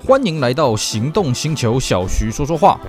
欢迎来到行动星球，小徐说说话。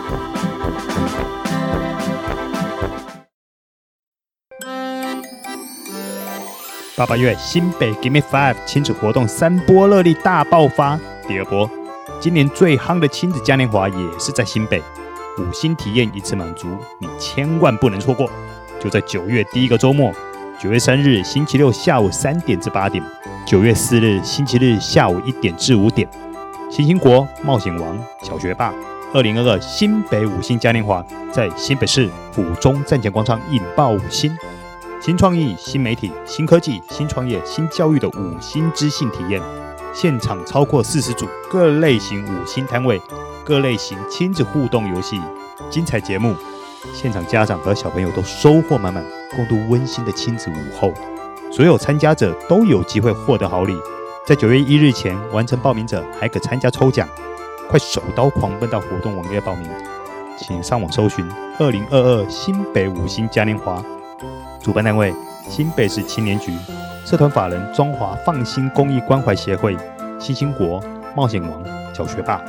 8月新北 Gimme 5亲子活动3波热力大爆发，第二波，今年最夯的亲子嘉年华也是在新北，5星体验一次满足，你千万不能错过。就在9月第一个周末，9月3日星期六下午3点至8点，9月4日星期日下午1点至5点。新兴国、冒险王、小学霸2022新北5星嘉年华在新北市府中站前广场引爆5星，新创意、新媒体、新科技、新创业、新教育的5星知性体验，现场超过40组各类型5星摊位，各类型亲子互动游戏，精彩节目，现场家长和小朋友都收获满满，共度温馨的亲子午后。所有参加者都有机会获得好礼，在9月1日前完成报名者还可参加抽奖，快手刀狂奔到活动网页报名，请上网搜寻2022新北5星嘉年华，主办单位新北市青年局，社团法人中华放心公益关怀协会，新兴国、冒险王、小学霸。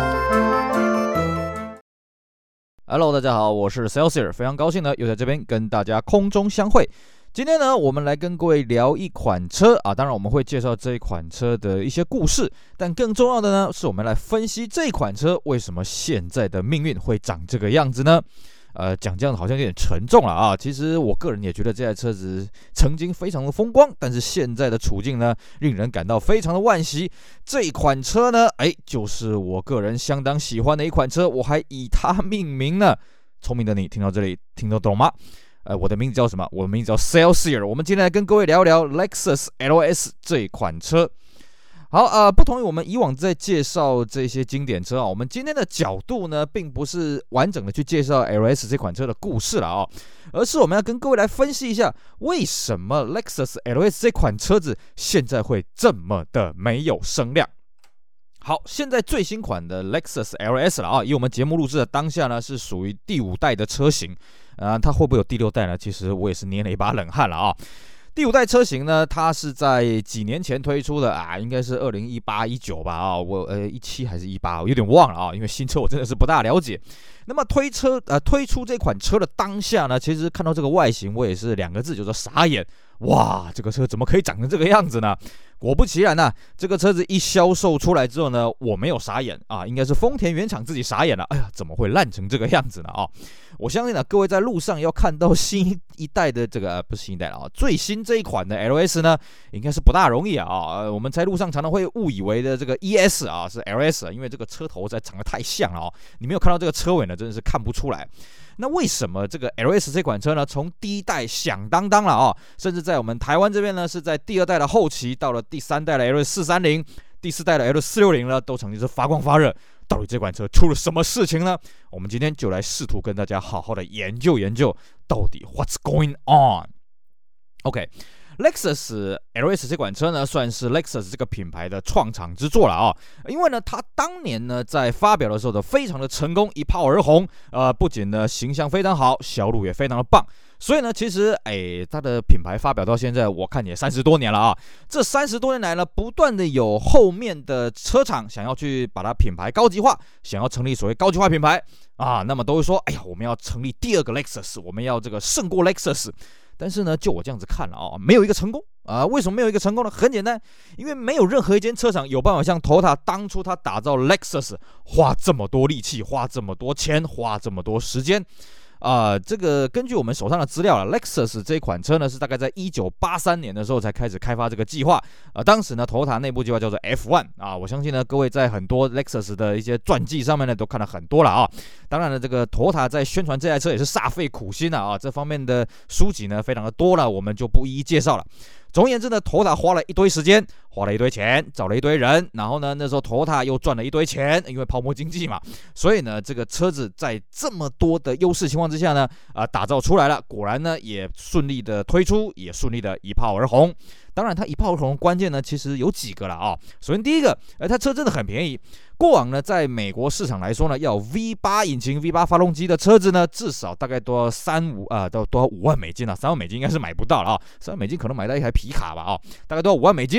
Hello， 大家好，我是 Celsius， 非常高兴呢，又在这边跟大家空中相会。今天呢，我们来跟各位聊一款车啊，当然我们会介绍这一款车的一些故事，但更重要的呢，是我们来分析这款车为什么现在的命运会长这个样子呢？讲这样好像有点沉重了啊。其实我个人也觉得这台车子曾经非常的风光，但是现在的处境呢，令人感到非常的惋惜。这款车呢，就是我个人相当喜欢的一款车，我还以它命名呢。聪明的你听到这里听得懂吗？我的名字叫什么？我的名字叫 Celsius。我们今天来跟各位聊聊 Lexus LS 这一款车。好，不同于我们以往在介绍这些经典车啊，我们今天的角度呢，并不是完整的去介绍 LS 这款车的故事了啊，而是我们要跟各位来分析一下，为什么 Lexus LS 这款车子现在会这么的没有声量。好，现在最新款的 Lexus LS 了啊，以我们节目录制的当下呢，是属于第5代的车型，它会不会有第6代呢？其实我也是捏了一把冷汗了啊。第5代车型呢，它是在几年前推出的啊，应该是2018、19吧啊，我17还是18，我有点忘了啊，因为新车我真的是不大了解。那么推出这款车的当下呢，其实看到这个外形，我也是2个字，就是傻眼。哇，这个车怎么可以长成这个样子呢？果不其然呢，这个车子一销售出来之后呢，我没有傻眼啊，应该是丰田原厂自己傻眼了。哎呀，怎么会烂成这个样子呢？啊，我相信呢，各位在路上要看到新一代的这个不是新一代了啊，最新这一款的 LS 呢，应该是不大容易啊。我们在路上常常会误以为的这个 ES 啊是 LS， 因为这个车头在长得太像了啊，你没有看到这个车尾呢，真的是看不出来。那为什么这个 LS 这款车呢，从第1代响当当了啊，甚至在我们台湾这边呢，是在第2代的后期，到了第3代的 L430， 第4代的 L460 呢，都曾经是发光发热。到底这款车出了什么事情呢？我们今天就来试图跟大家好好的研究研究，到底 What's going on？OK。Lexus LS 这款车呢，算是 Lexus 这个品牌的创厂之作了啊。因为呢，它当年呢在发表的时候非常的成功，一炮而红。不仅呢形象非常好，销路也非常的棒。所以呢，其实它的品牌发表到现在，我看也30多年了啊。这30多年来呢，不断的有后面的车厂想要去把它品牌高级化，想要成立所谓高级化品牌啊，那么都会说，我们要成立第2个 Lexus， 我们要这个胜过 Lexus。但是呢，就我这样子看了啊，没有一个成功啊。为什么没有一个成功呢？很简单，因为没有任何一间车厂有办法像 Toyota 当初他打造 Lexus 花这么多力气，花这么多钱，花这么多时间。这个根据我们手上的资料了 ，Lexus 这款车呢是大概在1983年的时候才开始开发这个计划。当时呢，Toyota 内部计划叫做 F1 啊。我相信呢，各位在很多 Lexus 的一些传记上面呢都看了很多了啊。当然了，这个 Toyota 在宣传这台车也是煞费苦心啊，这方面的书籍呢非常的多了，我们就不一一介绍了。总而言之呢，Toyota花了一堆时间，花了一堆钱，找了一堆人，然后呢，那时候 Toyota 又赚了一堆钱，因为泡沫经济嘛，所以呢，这个车子在这么多的优势情况之下呢，打造出来了，果然呢也顺利的推出，也顺利的一炮而红。当然，它一炮而红的关键呢，其实有几个了啊。首先第一个，它车真的很便宜。过往呢，在美国市场来说呢，要有 V8 引擎、V8 发动机的车子呢，至少大概都要都要$50,000啊，$30,000应该是买不到了啊，$30,000可能买到一台皮卡吧啊，大概都要$50,000。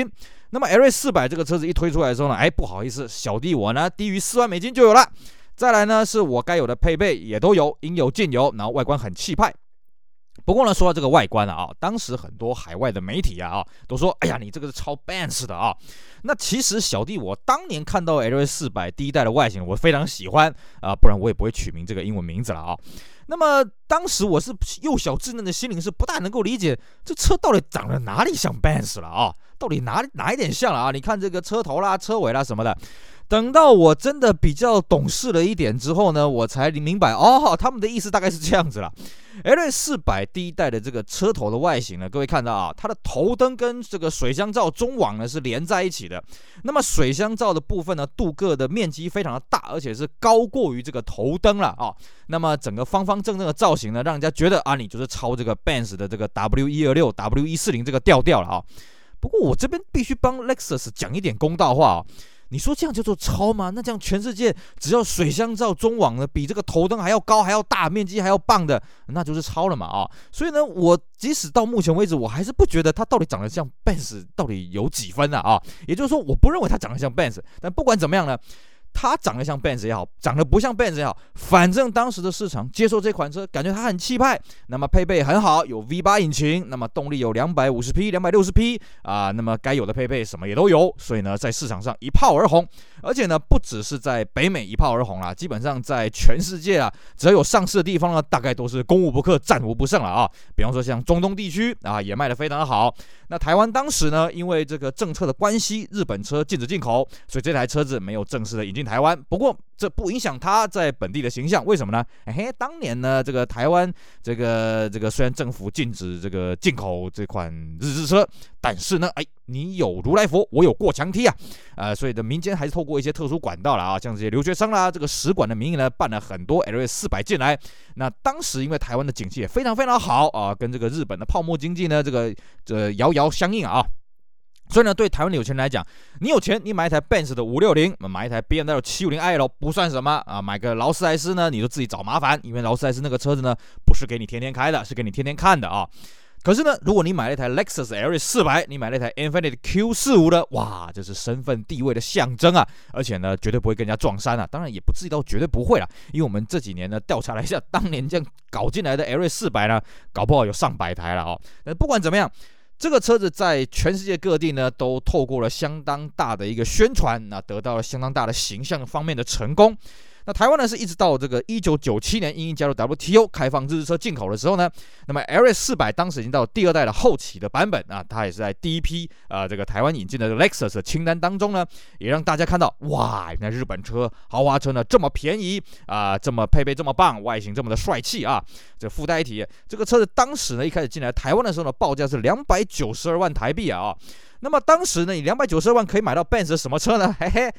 那么 LA400这个车子一推出来的时候呢，不好意思，小弟我呢低于4万美金就有了。再来呢，是我该有的配备也都有，应有尽有，然后外观很气派。不过呢，说到这个外观啊，当时很多海外的媒体啊都说，哎呀，你这个是超 Benz 的啊。那其实小弟我当年看到 LA400第一代的外形，我非常喜欢啊，不然我也不会取名这个英文名字了啊。那么当时我是幼小稚嫩的心灵是不大能够理解这车到底长得哪里像 Benz 了啊，到底哪一点像了啊？你看这个车头啦、车尾啦什么的。等到我真的比较懂事了一点之后呢，我才明白哦，他们的意思大概是这样子啦。LA400第一代的这个车头的外形呢，各位看到啊，它的头灯跟这个水箱罩中网呢是连在一起的。那么水箱罩的部分呢，镀铬的面积非常的大，而且是高过于这个头灯了啊。那么整个方方正正的造型呢，让人家觉得啊，你就是抄这个 Benz 的这个 W126、W140 这个调了啊。不过我这边必须帮 Lexus 讲一点公道话啊。你说这样叫做超吗？那这样全世界只要水箱罩中网呢比这个头灯还要高还要大，面积还要棒的，那就是超了嘛啊！所以呢，我即使到目前为止，我还是不觉得它到底长得像 Benz 到底有几分啊！也就是说，我不认为它长得像 Benz， 但不管怎么样呢，它长得像 Benz 也好，长得不像 Benz 也好，反正当时的市场接受这款车，感觉它很气派。那么配备很好，有 V8 引擎，那么动力有250匹、260匹啊，那么该有的配备什么也都有，所以呢，在市场上一炮而红。而且呢，不只是在北美一炮而红啦，基本上在全世界啊，只要有上市的地方呢，大概都是攻无不克、战无不胜了啊。比方说像中东地区啊，也卖得非常的好。那台湾当时呢，因为这个政策的关系，日本车禁止进口，所以这台车子没有正式的引进台湾。不过这不影响它在本地的形象，为什么呢？当年呢，这个台湾这个虽然政府禁止这个进口这款日制车，但是呢，你有如来佛，我有过墙梯啊，所以的民间还是透过一些特殊管道啦啊，像这些留学生啦，这个使馆的名义呢，办了很多 LA400进来。那当时因为台湾的景气也非常非常好啊，跟这个日本的泡沫经济呢，遥遥相应啊。所以呢，对台湾的有钱人来讲，你有钱，你买一台 Benz 的560，买一台 BMW 750i 不算什么啊，买个劳斯莱斯呢，你就自己找麻烦，因为劳斯莱斯那个车子呢，不是给你天天开的，是给你天天看的啊。可是呢，如果你买了一台 Lexus LA400，你买了一台 Infiniti Q45的，哇，这是身份地位的象征啊！而且呢，绝对不会跟人家撞衫啊。当然也不至于到绝对不会啦，因为我们这几年呢调查了一下，当年这样搞进来的 LA400呢，搞不好有上百台了哦。但不管怎么样，这个车子在全世界各地呢，都透过了相当大的一个宣传，那得到了相当大的形象方面的成功。那台湾呢是一直到这个1997年因加入 WTO 开放日制车进口的时候呢，那么 LA400 当时已经到第二代的后期的版本啊，它也是在第一批这个台湾引进的 Lexus 的清单当中呢，也让大家看到哇，原来日本车豪华车呢这么便宜啊，这么配备这么棒，外形这么的帅气啊。这附带一提，这个车子当时呢一开始进来台湾的时候呢，报价是292万台币啊。那么当时呢，你292万可以买到 Benz 什么车呢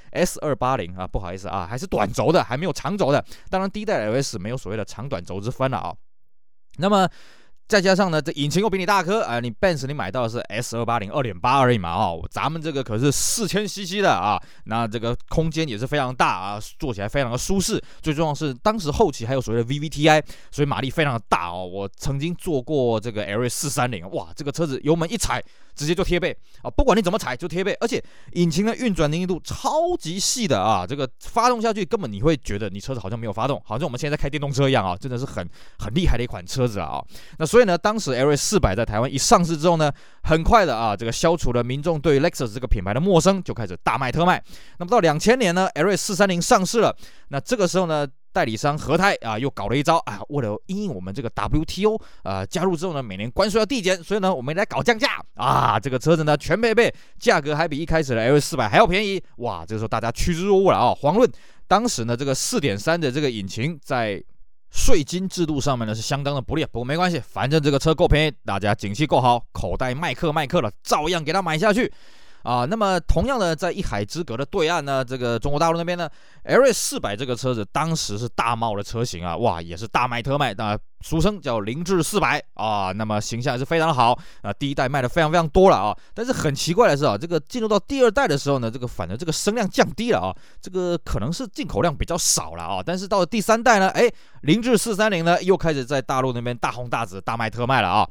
？S280啊，不好意思啊，还是短轴的，还没有长轴的。当然，第一代 LS 没有所谓的长短轴之分了啊。那么再加上呢，这引擎又比你大颗啊，你 Benz 你买到的是 S280 2.8 而已嘛哦，咱们这个可是4000cc 的啊，那这个空间也是非常大啊，坐起来非常的舒适。最重要的是，当时后期还有所谓的 VVTi， 所以马力非常的大哦。我曾经坐过这个 LA430，哇，这个车子油门一踩，直接就贴背啊，不管你怎么踩就贴背，而且引擎的运转灵活度超级细的啊，这个发动下去根本你会觉得你车子好像没有发动，好像我们现在在开电动车一样啊，真的是很厉害的一款车子啊。那所以呢，当时 LA400 在台湾一上市之后呢，很快的啊，这个消除了民众对 Lexus 这个品牌的陌生，就开始大卖特卖。那么到2000年呢 ，LA430 上市了，那这个时候呢，代理商和泰啊又搞了一招啊，为了因应我们这个 WTO 加入之后呢，每年关税要递减，所以呢，我们来搞降价啊，这个车子呢全配备，价格还比一开始的 LA400 还要便宜，哇，这个时候大家趋之若鹜了啊，遑论当时呢这个 4.3 的这个引擎在税金制度上面呢是相当的不利，不过没关系，反正这个车够便宜，大家景气够好，口袋麦克了，照样给它买下去。那么同样的，在一海之隔的对岸呢，这个中国大陆那边呢 ，LA400 这个车子当时是大贸的车型啊，哇，也是大卖特卖，那俗称叫凌志400啊，那么形象也是非常好啊，第一代卖的非常非常多了啊，但是很奇怪的是啊，这个进入到第二代的时候呢，这个反而这个声量降低了啊，这个可能是进口量比较少了啊，但是到了第三代呢，凌志430呢又开始在大陆那边大红大紫大卖特卖了啊。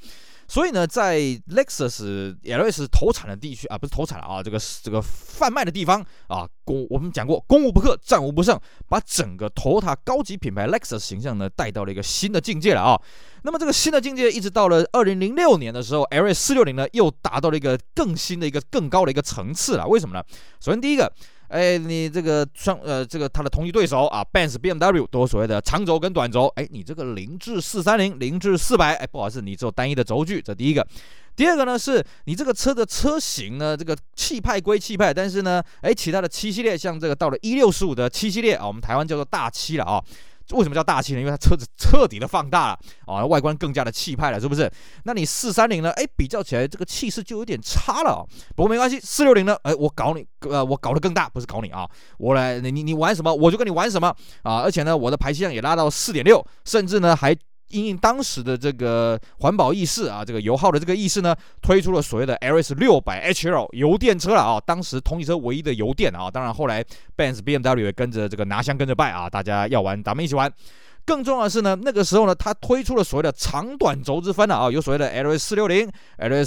所以呢，在 Lexus LS 投产的地区啊，不是投产啊，这个贩卖的地方啊，我们讲过，攻无不克，战无不胜，把整个 Toyota 高级品牌 Lexus 形象呢带到了一个新的境界了啊。那么这个新的境界一直到了2006年的时候 ，LS 460呢又达到了一个更新的一个更高的一个层次了。为什么呢？首先第一个。你这个它的同级对手啊 ，Benz、BMW 都有所谓的长轴跟短轴，你这个0至430、0至400，不好意思，你只有单一的轴距，这第一个。第二个呢，是你这个车的车型呢，这个气派归气派，但是呢，其他的7系列，像这个到了165的7系列啊，我们台湾叫做大7了啊。为什么叫大7呢？因为它车子彻底的放大了啊，外观更加的气派了，是不是？那你430呢？比较起来这个气势就有点差了不过没关系，460呢？我搞你，我搞得更大，不是搞你啊！我来，你玩什么，我就跟你玩什么啊！而且呢，我的排气量也拉到4.6，甚至呢还。因应当时的这个环保意识啊，这个油耗的这个意识呢，推出了所谓的 LS 600 HL 油电车了啊，当时同级车唯一的油电啊，当然后来 Benz、BMW 也跟着这个拿香跟着拜啊，大家要玩咱们一起玩。更重要的是呢，那个时候呢，它推出了所谓的长短轴之分啊，有所谓的 LS 460、LS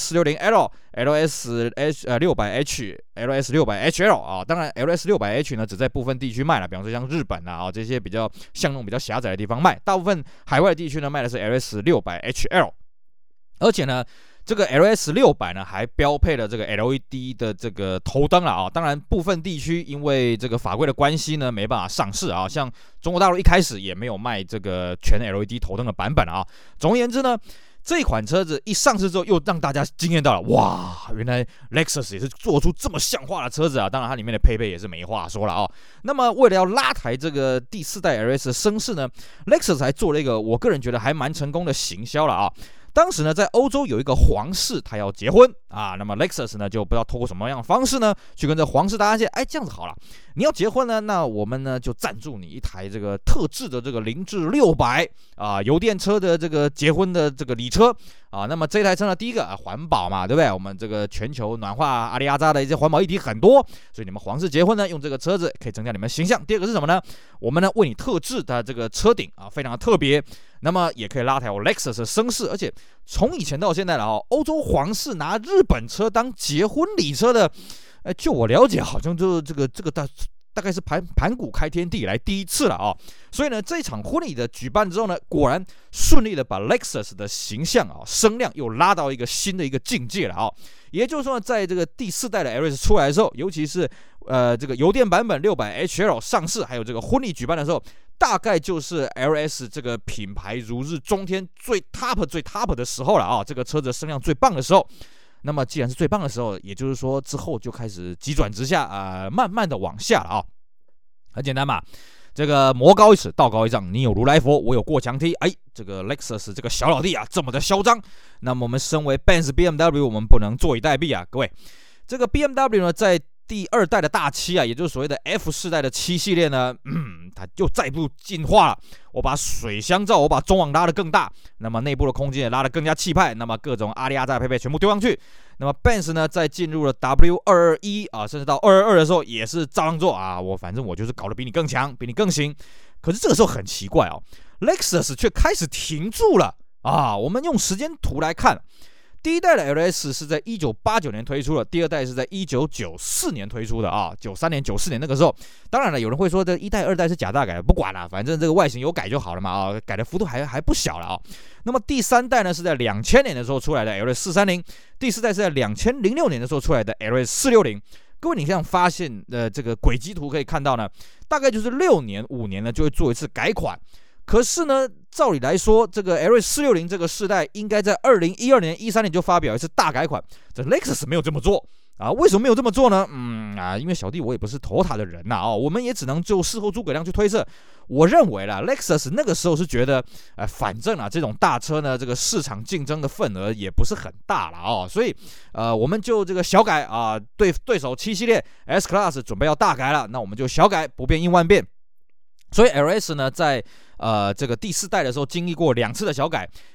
460L、LS600H、LS 600HL 啊，当然 LS 600H 呢只在部分地区卖了，比方说像日本啊这些比较像那种比较狭窄的地方卖，大部分海外地区呢卖的是 LS 600HL， 而且呢。这个 LS 600呢，还标配了这个 LED 的这个头灯了啊。当然，部分地区因为这个法规的关系呢，没办法上市啊。像中国大陆一开始也没有卖这个全 LED 头灯的版本啊。总而言之呢，这款车子一上市之后，又让大家惊艳到了，哇！原来 Lexus 也是做出这么像话的车子啊。当然，它里面的配备也是没话说了啊。那么，为了要拉抬这个第4代 LS 的声势呢 ，Lexus 还做了一个我个人觉得还蛮成功的行销了啊。当时呢，在欧洲有一个皇室，他要结婚啊，那么 Lexus 呢就不知道透过什么样的方式呢，去跟这皇室搭线，这样子好了，你要结婚呢，那我们呢就赞助你一台这个特制的这个0至600啊油电车的这个结婚的这个礼车啊，那么这台车呢，第一个环保嘛，对不对？我们这个全球暖化阿里阿扎的一些环保议题很多，所以你们皇室结婚呢，用这个车子可以增加你们形象。第二个是什么呢？我们呢为你特制的这个车顶啊，非常的特别。那么也可以拉抬我 Lexus 的声势，而且从以前到现在了欧洲皇室拿日本车当结婚礼车的，就我了解，好像就这个大概是盘古开天地以来第一次了啊。所以呢，这场婚礼的举办之后呢，果然顺利的把 Lexus 的形象声量又拉到一个新的一个境界了啊。也就是说，在这个第4代的 LS 出来的时候，尤其是这个油电版本600 HL 上市，还有这个婚礼举办的时候。大概就是 LS 这个品牌如日中天最 top 的时候了啊，这个车子声量最棒的时候。那么既然是最棒的时候，也就是说之后就开始急转直下慢慢的往下了啊。很简单嘛，这个魔高一尺，道高一丈，你有如来佛，我有过墙梯。这个 Lexus 这个小老弟啊，这么的嚣张。那么我们身为 Benz、BMW， 我们不能坐以待毙啊，各位。这个 BMW 呢，在第2代的大7啊，也就是所谓的 F 世代的7系列呢，它又再度进化了。我把水箱罩，我把中网拉得更大，那么内部的空间也拉得更加气派，那么各种阿里阿扎配备全部丢上去。那么 Benz 呢，在进入了 W221啊，甚至到222的时候，也是照样做啊。反正我就是搞得比你更强，比你更行。可是这个时候很奇怪Lexus 却开始停住了啊。我们用时间图来看。第1代的 LS 是在1989年推出的，第2代是在1994年推出的啊，93年、94年那个时候。当然了，有人会说这1代、2代是假大改，不管了，反正这个外形有改就好了嘛啊，改的幅度还不小了啊。那么第3代呢是在2000年的时候出来的 LS 430，第4代是在2006年的时候出来的 LS 460。各位，你这样发现这个轨迹图可以看到呢，大概就是6年、5年呢就会做一次改款。可是呢，照理来说，这个 LS 460这个世代应该在2012年、13年就发表一次大改款，这 Lexus 没有这么做啊？为什么没有这么做呢？因为小弟我也不是Toyota的人呐我们也只能就事后诸葛亮去推测。我认为啦 ，Lexus 那个时候是觉得，反正这种大车呢，这个市场竞争的份额也不是很大了所以我们就这个小改啊，对手7系列 S Class 准备要大改了，那我们就小改，不变应万变。所以 LS 呢，在这个第4代的时候经历过2次的小改，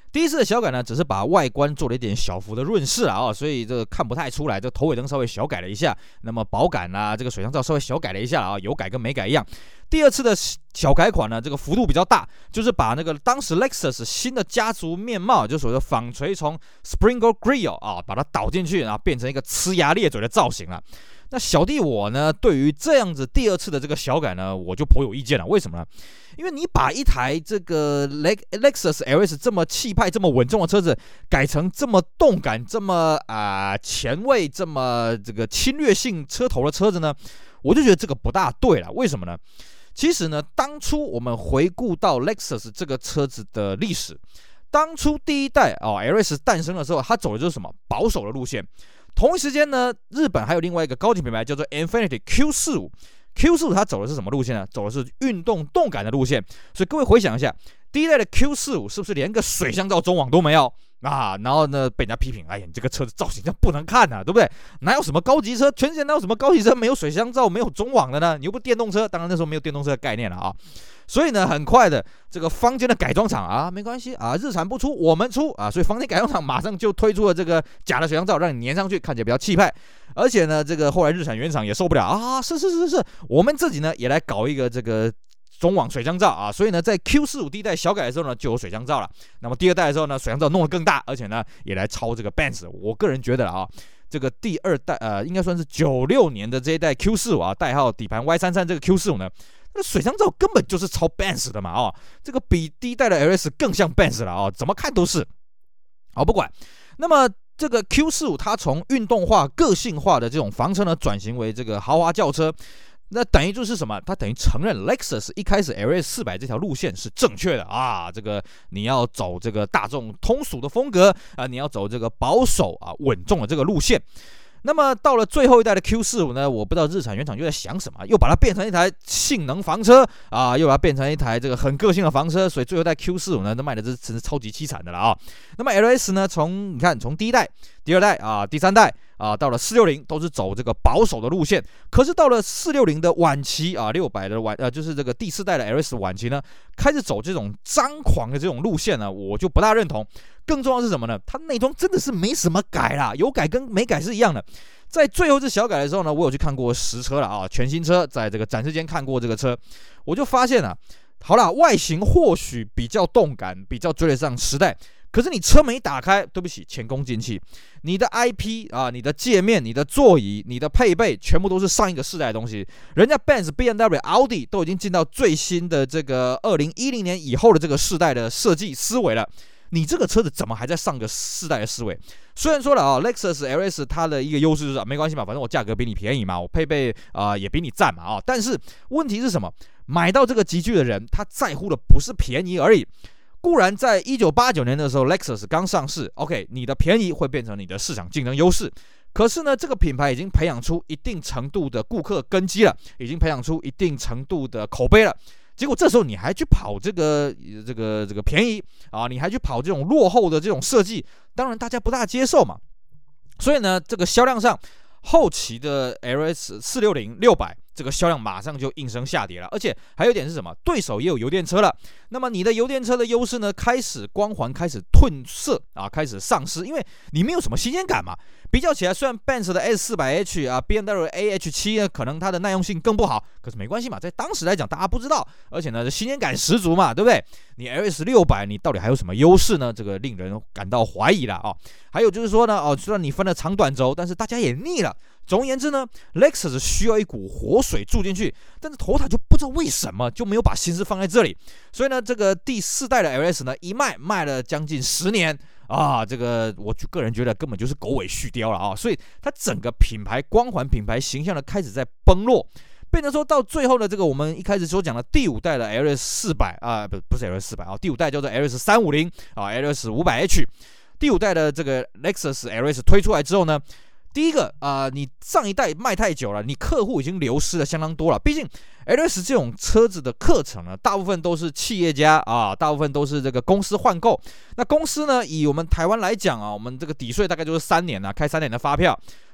第一次的小改呢，只是把外观做了一点小幅的润饰啊，所以这个看不太出来，这头尾灯稍微小改了一下，那么保杆啊，这个水箱罩稍微小改了一下啊，有改跟没改一样。第二次的小改款呢，这个幅度比较大，就是把那个当时 Lexus 新的家族面貌，就所谓的纺锤从 Sprinkle Grill 啊，把它导进去，然后变成一个呲牙咧嘴的造型了。那小弟我呢，对于这样子第二次的这个小改呢，我就颇有意见了。为什么呢？因为你把一台这个 Lexus LS 这么气派、这么稳重的车子，改成这么动感、这么前卫、这么这个侵略性车头的车子呢，我就觉得这个不大对了。为什么呢？其实呢，当初我们回顾到 Lexus 这个车子的历史，当初第一代LS 诞生的时候，它走的就是什么保守的路线。同一时间呢，日本还有另外一个高级品牌叫做 Infiniti Q45，Q45 它走的是什么路线呢？走的是运动动感的路线。所以各位回想一下，第一代的 Q45 是不是连个水箱罩中网都没有啊？然后呢，被人家批评，哎呀，你这个车子造型这样不能看啊，对不对？哪有什么高级车，全世界哪有什么高级车没有水箱罩、没有中网的呢？你又不电动车，当然那时候没有电动车的概念了啊。所以呢，很快的，这个坊间的改装厂啊，没关系啊，日产不出，我们出啊，所以坊间改装厂马上就推出了这个假的水箱罩，让你粘上去，看起来比较气派。而且呢，这个后来日产原厂也受不了啊，是，我们自己呢也来搞一个这个中网水箱罩啊，所以呢，在 Q45 第一代小改的时候呢，就有水箱罩了。那么第二代的时候呢，水箱罩弄得更大，而且呢，也来抄这个 Benz。我个人觉得啊，这个第二代应该算是96年的这一代 Q45 啊，代号底盘 Y33这个 Q45 呢。那水箱罩根本就是抄 Benz 的嘛，这个比第一代的 LS 更像 Benz 了怎么看都是。好，不管。那么这个 Q45 它从运动化、个性化的这种房车呢，转型为这个豪华轿车，那等于就是什么？它等于承认 Lexus 一开始 LS400 这条路线是正确的啊，这个你要走这个大众通俗的风格啊，你要走这个保守稳重的这个路线。那么到了最后一代的 Q45 呢，我不知道日产原厂又在想什么，又把它变成一台性能房车啊，又把它变成一台这个很个性的房车，所以最后一代 Q45 呢，都卖的真是超级凄惨的了啊。那么 LS 呢，从第一代、第二代第三代到了460都是走这个保守的路线，可是到了460的晚期600的就是这个第四代的 LS 晚期呢，开始走这种张狂的这种路线呢，我就不大认同。更重要的是什么呢？它内装真的是没什么改啦，有改跟没改是一样的。在最后一次小改的时候呢，我有去看过实车了全新车，在这个展示间看过这个车，我就发现好啦，外形或许比较动感，比较追得上时代。可是你车门一打开，对不起，前功尽弃。你的 IP 你的界面、你的座椅、你的配备，全部都是上一个世代的东西。人家 Benz、BMW、奥迪都已经进到最新的这个2010年以后的这个世代的设计思维了。你这个车子怎么还在上个世代的思维？虽然说了Lexus LS 它的一个优势就是没关系嘛，反正我价格比你便宜嘛，我配备也比你赞嘛但是问题是什么？买到这个级距的人，他在乎的不是便宜而已。固然在1989年的时候 Lexus 刚上市 ，OK， 你的便宜会变成你的市场竞争优势。可是呢，这个品牌已经培养出一定程度的顾客根基了，已经培养出一定程度的口碑了。结果这时候你还去跑这个便宜你还去跑这种落后的这种设计，当然大家不大接受嘛。所以呢，这个销量上后期的 LS 460、600这个销量马上就应声下跌了。而且还有一点是什么？对手也有油电车了。那么你的油电车的优势呢，光环开始褪色开始丧失，因为你没有什么新鲜感嘛。比较起来，虽然 Benz 的 S400H BMW AH7 呢，可能它的耐用性更不好，可是没关系嘛，在当时来讲大家不知道，而且呢新鲜感十足嘛，对不对？你 LS600 你到底还有什么优势呢？这个令人感到怀疑了还有就是说呢虽然你分了长短轴，但是大家也腻了。总而言之呢 ，Lexus 需要一股活水注进去，但是Toyota就不知道为什么就没有把心思放在这里。所以呢，这个第四代的 LS 呢，一卖了将近10年这个我个人觉得根本就是狗尾续貂了所以它整个品牌光环、品牌形象呢开始在崩落，变成说到最后的这个我们一开始所讲的第五代的 LS400不是 LS400第五代叫做 LS350LS500H， 第五代的这个 Lexus LS 推出来之后呢。第一个你上一代卖太久了，你客户已经流失了相当多了。毕竟 LS 这种车子的课程呢，大部分都是企业家大部分都是这个公司换购。那公司呢，以我们台湾来讲我们这个抵税大概就是3年开3年的发票。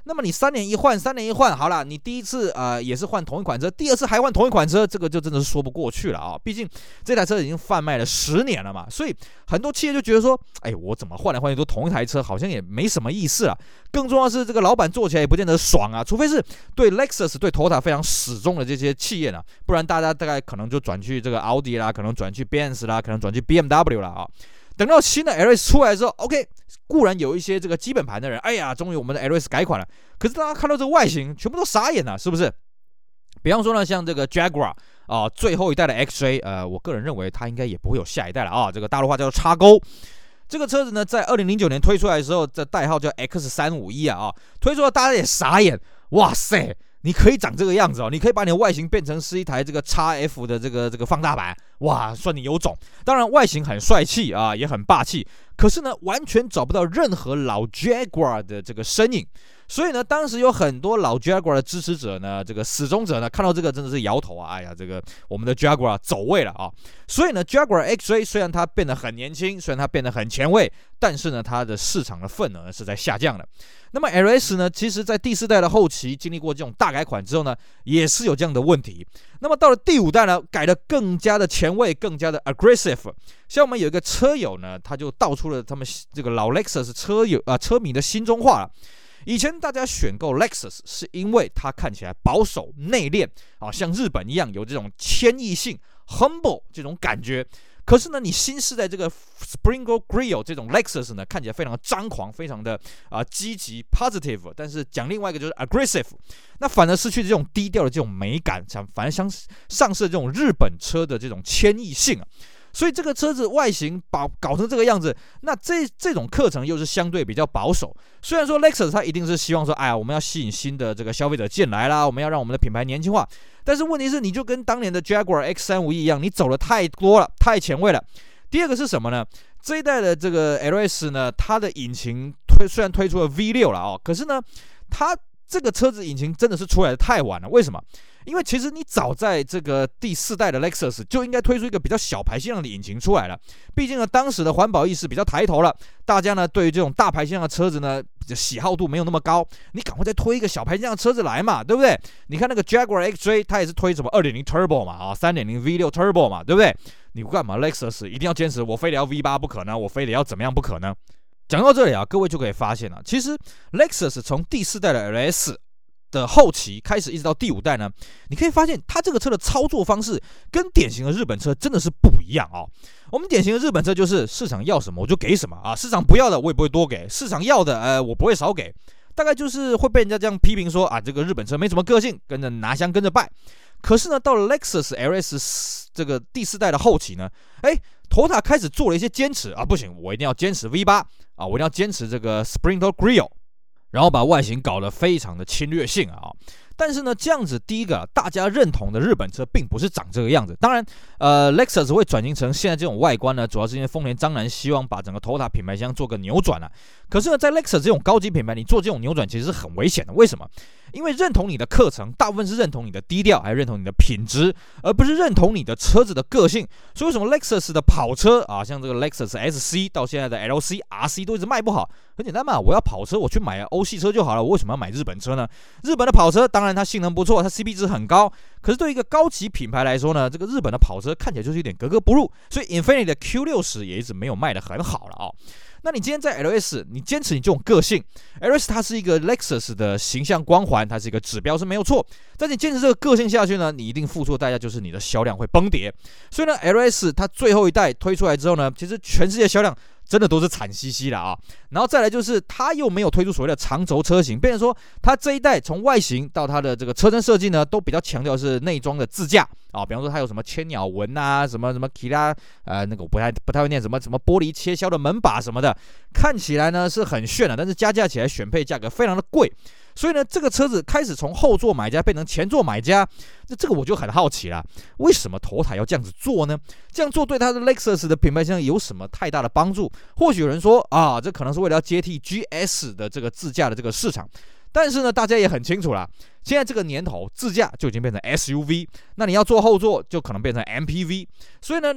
那么你3年一换，好啦，你第一次也是换同一款车，第二次还换同一款车，这个就真的是说不过去了啊！毕竟这台车已经贩卖了10年了嘛，所以很多企业就觉得说，我怎么换来换去都同一台车，好像也没什么意思了。更重要的是，这个老板做起来也不见得爽啊，除非是对 Lexus 对 Toyota 非常始终的这些企业呢，不然大家大概可能就转去这个奥迪啦，可能转去 Benz 啦，可能转去 BMW 啦啊。等到新的 LS 出来之后 ，OK， 固然有一些这个基本盘的人，终于我们的 LS 改款了，可是大家看到这个外形，全部都傻眼了，是不是？比方说呢，像这个 Jaguar 最后一代的 XJ， 我个人认为它应该也不会有下一代了啊，这个大陆话叫做叉钩。这个车子呢，在2009年推出来的时候，这代号叫 X351啊，推出来大家也傻眼，哇塞！你可以长这个样子哦，你可以把你的外形变成是一台这个 XF 的这个放大版，哇，算你有种。当然外形很帅气啊，也很霸气，可是呢，完全找不到任何老 Jaguar 的这个身影。所以呢，当时有很多老 Jaguar 的支持者呢，这个死忠者呢，看到这个真的是摇头啊，这个我们的 Jaguar 走位了啊。所以呢 ，Jaguar XJ 虽然它变得很年轻，虽然它变得很前卫，但是呢，它的市场的份额是在下降的。那么 LS 呢，其实在第4代的后期经历过这种大改款之后呢，也是有这样的问题。那么到了第5代呢，改得更加的前卫，更加的 aggressive。像我们有一个车友呢，他就道出了他们这个老 Lexus 车迷的心中话了。以前大家选购 Lexus 是因为它看起来保守内敛像日本一样有这种谦抑性 humble 这种感觉。可是呢，你新世代这个 Springle Grille 这种 Lexus 呢，看起来非常的张狂，非常的积极 positive， 但是讲另外一个就是 aggressive， 那反而失去这种低调的这种美感，反而上市这种日本车的这种谦抑性啊。所以这个车子外形搞成这个样子，那这种课程又是相对比较保守。虽然说 Lexus 它一定是希望说，我们要吸引新的这个消费者进来啦，我们要让我们的品牌年轻化，但是问题是，你就跟当年的 Jaguar X351一样，你走的太多了，太前卫了。第二个是什么呢？这一代的这个 LS 呢，它的引擎虽然推出了 V6 了可是呢，它这个车子引擎真的是出来的太晚了。为什么？因为其实你早在这个第4代的 Lexus 就应该推出一个比较小排气量的引擎出来了。毕竟呢，当时的环保意识比较抬头了，大家呢对于这种大排气量的车子呢喜好度没有那么高。你赶快再推一个小排气量的车子来嘛，对不对？你看那个 Jaguar XJ， 它也是推什么 2.0 Turbo 嘛3.0 V6 Turbo 嘛，对不对？你干嘛 Lexus 一定要坚持我非得要 V8 不可呢？我非得要怎么样不可呢？讲到这里各位就可以发现其实 Lexus 从第4代的 LS的后期开始一直到第5代呢，你可以发现它这个车的操作方式跟典型的日本车真的是不一样我们典型的日本车就是市场要什么我就给什么市场不要的我也不会多给，市场要的我不会少给，大概就是会被人家这样批评说这个日本车没什么个性，跟着拿香跟着拜。可是呢，到了 Lexus LS 这个第4代的后期呢，Toyota 开始做了一些坚持不行，我一定要坚持 V8 我一定要坚持这个 Springle Grille，然后把外形搞得非常的侵略性但是呢，这样子第一个大家认同的日本车并不是长这个样子。当然Lexus 会转型成现在这种外观呢，主要是因为丰田章男希望把整个 Toyota 品牌箱做个扭转可是呢，在 Lexus 这种高级品牌，你做这种扭转其实是很危险的。为什么？因为认同你的课程大部分是认同你的低调，还认同你的品质，而不是认同你的车子的个性。所以为什么 Lexus 的跑车像这个 Lexus SC 到现在的 LC、RC 都一直卖不好？很简单嘛，我要跑车我去买欧系车就好了，我为什么要买日本车呢？日本的跑车当然它性能不错，它 CP 值很高，可是对于一个高级品牌来说呢，这个日本的跑车看起来就是有点格格不入，所以 Infiniti 的 Q60 也一直没有卖得很好了那你今天在 LS， 你坚持你这种个性 ，LS 它是一个 Lexus 的形象光环，它是一个指标是没有错。但你坚持这个个性下去呢，你一定付出的代价就是你的销量会崩跌。所以呢 ，LS 它最后一代推出来之后呢，其实全世界销量真的都是惨兮兮的然后再来就是它又没有推出所谓的长轴车型，变成说它这一代从外形到它的这个车身设计呢，都比较强调是内装的自驾比方说它有什么千鸟纹什么 Kira 那个我不太会念什么玻璃切削的门把什么的，看起来呢是很炫的，但是加价起来选配价格非常的贵。所以呢，这个车子开始从后座买家变成前座买家，那这个我就很好奇啦，为什么Toyota要这样子做呢？这样做对它的 Lexus 的品牌上有什么太大的帮助？或许有人说这可能是为了要接替 GS 的这个自驾的这个市场。但是呢，大家也很清楚啦，现在这个年头，自驾就已经变成 SUV， 那你要坐后座就可能变成 MPV。所以呢，你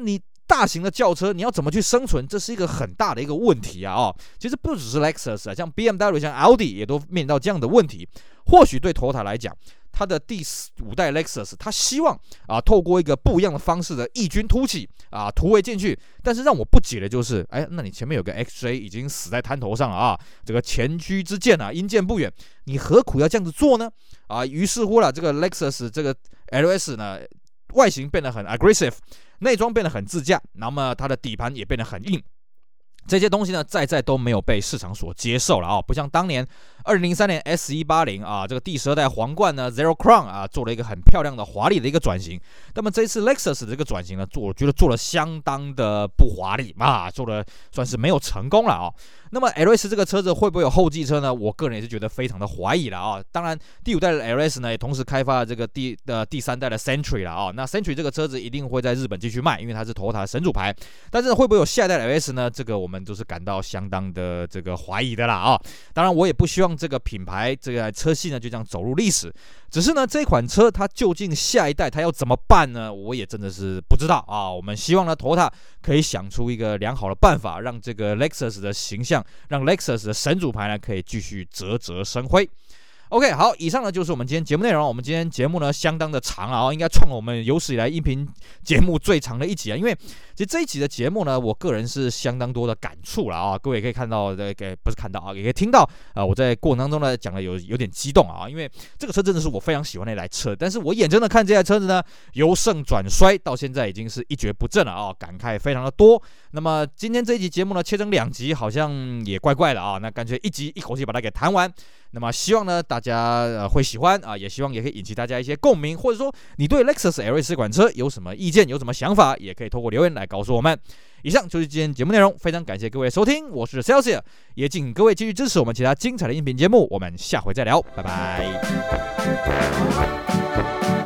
大型的轿车你要怎么去生存，这是一个很大的一个问题啊！其实不只是 Lexus 啊，像 BMW、像 Audi 也都面临到这样的问题。或许对 Toyota 来讲，它的第5代 Lexus， 它希望透过一个不一样的方式的异军突起突围进去。但是让我不解的就是，那你前面有个 XJ 已经死在滩头上了这个前车之鉴因箭不远，你何苦要这样子做呢？于是乎这个 Lexus 这个 LS 呢，外形变得很 aggressive， 内装变得很自驾，那么它的底盘也变得很硬。这些东西呢，在都没有被市场所接受了不像当年2003年 S180这个第12代皇冠呢 Zero Crown 做了一个很漂亮的华丽的一个转型。那么这一次 Lexus 的这个转型呢，我觉得做了相当的不华丽做的算是没有成功了那么 LS 这个车子会不会有后继车呢？我个人也是觉得非常的怀疑了当然，第5代的 LS 呢，也同时开发了这个第3代的 Century 了那 Century 这个车子一定会在日本继续卖，因为它是 Toyota 的神主牌。但是会不会有下一代的 LS 呢？这个我们都是感到相当的这个怀疑的啦当然，我也不希望这个品牌这个车系呢就这样走入历史。只是呢，这款车它究竟下一代它要怎么办呢？我也真的是不知道我们希望呢 Toyota 可以想出一个良好的办法，让这个 Lexus 的形象，让 Lexus 的神主牌呢可以继续啧啧生辉。OK， 好，以上呢就是我们今天节目内容。我们今天节目呢相当的长应该创了我们有史以来音频节目最长的一集因为其实这一集的节目呢，我个人是相当多的感触了各位也可以看到，不是看到也可以听到我在过程当中呢讲的有点激动因为这个车真的是我非常喜欢的一台车，但是我眼睁的看这台车子呢由盛转衰，到现在已经是一蹶不振了感慨非常的多。那么今天这一集节目呢切成2集，好像也怪怪的那干脆一集一口气把它给谈完。那么希望呢大家会喜欢也希望也可以引起大家一些共鸣，或者说你对 Lexus LS 这款车有什么意见，有什么想法，也可以透过留言来告诉我们。以上就是今天节目内容，非常感谢各位的收听，我是 Celsius， 也请各位继续支持我们其他精彩的音频节目，我们下回再聊，拜拜。